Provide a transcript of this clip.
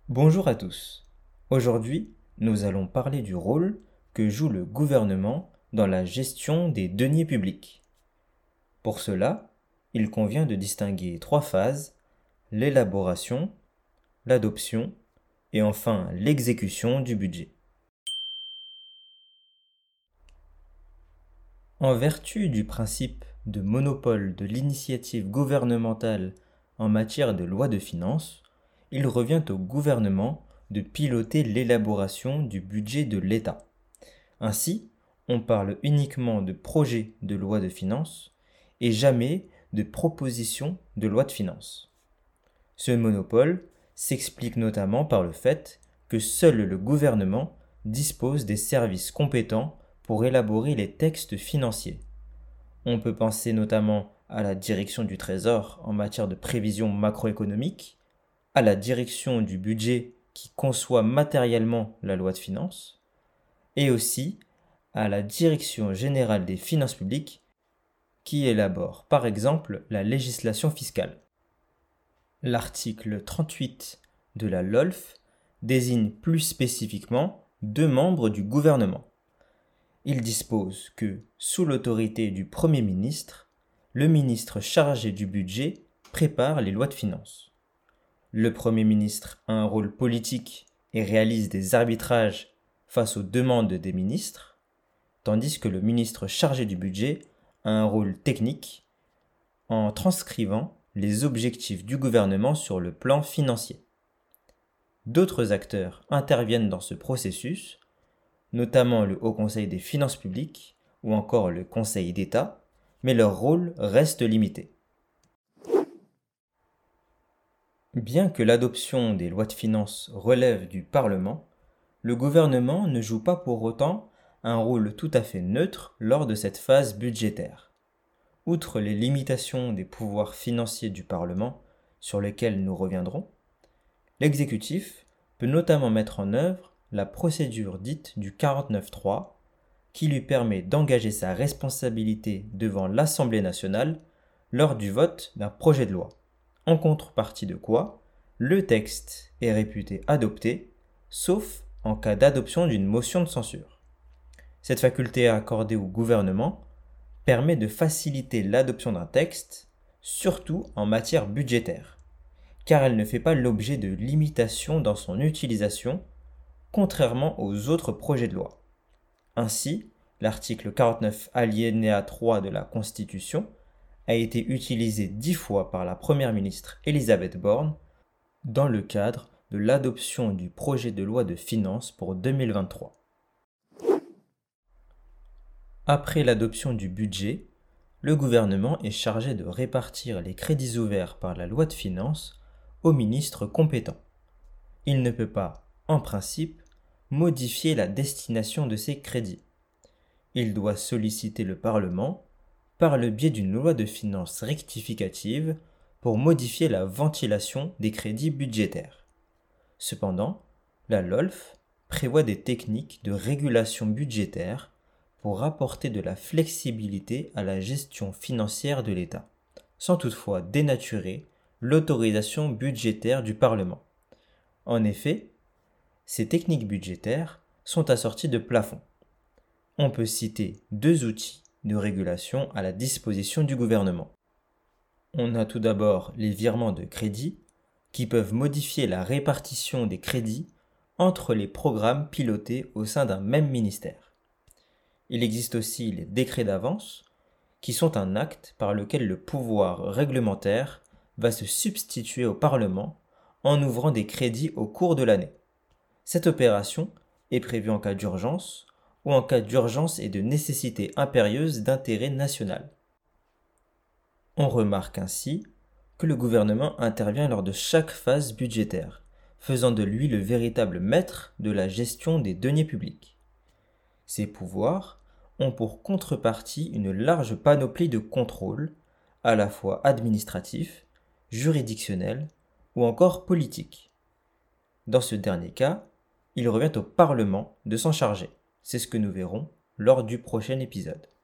Bonjour à tous. Aujourd'hui, nous allons parler du rôle que joue le gouvernement dans la gestion des deniers publics. Pour cela, il convient de distinguer trois phases: l'élaboration, l'adoption et enfin l'exécution du budget. En vertu du principe de monopole de l'initiative gouvernementale en matière de loi de finances, il revient au gouvernement de piloter l'élaboration du budget de l'État. Ainsi, on parle uniquement de projet de loi de finances et jamais de proposition de loi de finances. Ce monopole s'explique notamment par le fait que seul le gouvernement dispose des services compétents pour élaborer les textes financiers. On peut penser notamment à la direction du Trésor en matière de prévision macroéconomique, à la direction du budget qui conçoit matériellement la loi de finances, et aussi à la Direction générale des finances publiques qui élabore par exemple la législation fiscale. L'article 38 de la LOLF désigne plus spécifiquement deux membres du gouvernement. Il dispose que, sous l'autorité du Premier ministre, le ministre chargé du budget prépare les lois de finances. Le Premier ministre a un rôle politique et réalise des arbitrages face aux demandes des ministres, tandis que le ministre chargé du budget a un rôle technique en transcrivant les objectifs du gouvernement sur le plan financier. D'autres acteurs interviennent dans ce processus, notamment le Haut Conseil des finances publiques ou encore le Conseil d'État, mais leur rôle reste limité. Bien que l'adoption des lois de finances relève du Parlement, le gouvernement ne joue pas pour autant un rôle tout à fait neutre lors de cette phase budgétaire. Outre les limitations des pouvoirs financiers du Parlement, sur lesquels nous reviendrons, l'exécutif peut notamment mettre en œuvre la procédure dite du 49.3, qui lui permet d'engager sa responsabilité devant l'Assemblée nationale lors du vote d'un projet de loi, en contrepartie de quoi le texte est réputé adopté, sauf en cas d'adoption d'une motion de censure. Cette faculté accordée au gouvernement permet de faciliter l'adoption d'un texte, surtout en matière budgétaire, car elle ne fait pas l'objet de limitations dans son utilisation, contrairement aux autres projets de loi. Ainsi, l'article 49 alinéa 3 de la Constitution a été utilisé 10 fois par la Première ministre Elisabeth Borne dans le cadre de l'adoption du projet de loi de finances pour 2023. Après l'adoption du budget, le gouvernement est chargé de répartir les crédits ouverts par la loi de finances aux ministres compétents. Il ne peut pas, en principe, modifier la destination de ces crédits. Il doit solliciter le Parlement par le biais d'une loi de finances rectificative pour modifier la ventilation des crédits budgétaires. Cependant, la LOLF prévoit des techniques de régulation budgétaire pour apporter de la flexibilité à la gestion financière de l'État, sans toutefois dénaturer l'autorisation budgétaire du Parlement. En effet, ces techniques budgétaires sont assorties de plafonds. On peut citer deux outils de régulation à la disposition du gouvernement. On a tout d'abord les virements de crédit qui peuvent modifier la répartition des crédits entre les programmes pilotés au sein d'un même ministère. Il existe aussi les décrets d'avance qui sont un acte par lequel le pouvoir réglementaire va se substituer au Parlement en ouvrant des crédits au cours de l'année. Cette opération est prévue en cas d'urgence ou en cas d'urgence et de nécessité impérieuse d'intérêt national. On remarque ainsi que le gouvernement intervient lors de chaque phase budgétaire, faisant de lui le véritable maître de la gestion des deniers publics. Ces pouvoirs ont pour contrepartie une large panoplie de contrôles, à la fois administratifs, juridictionnels ou encore politiques. Dans ce dernier cas, il revient au Parlement de s'en charger. C'est ce que nous verrons lors du prochain épisode.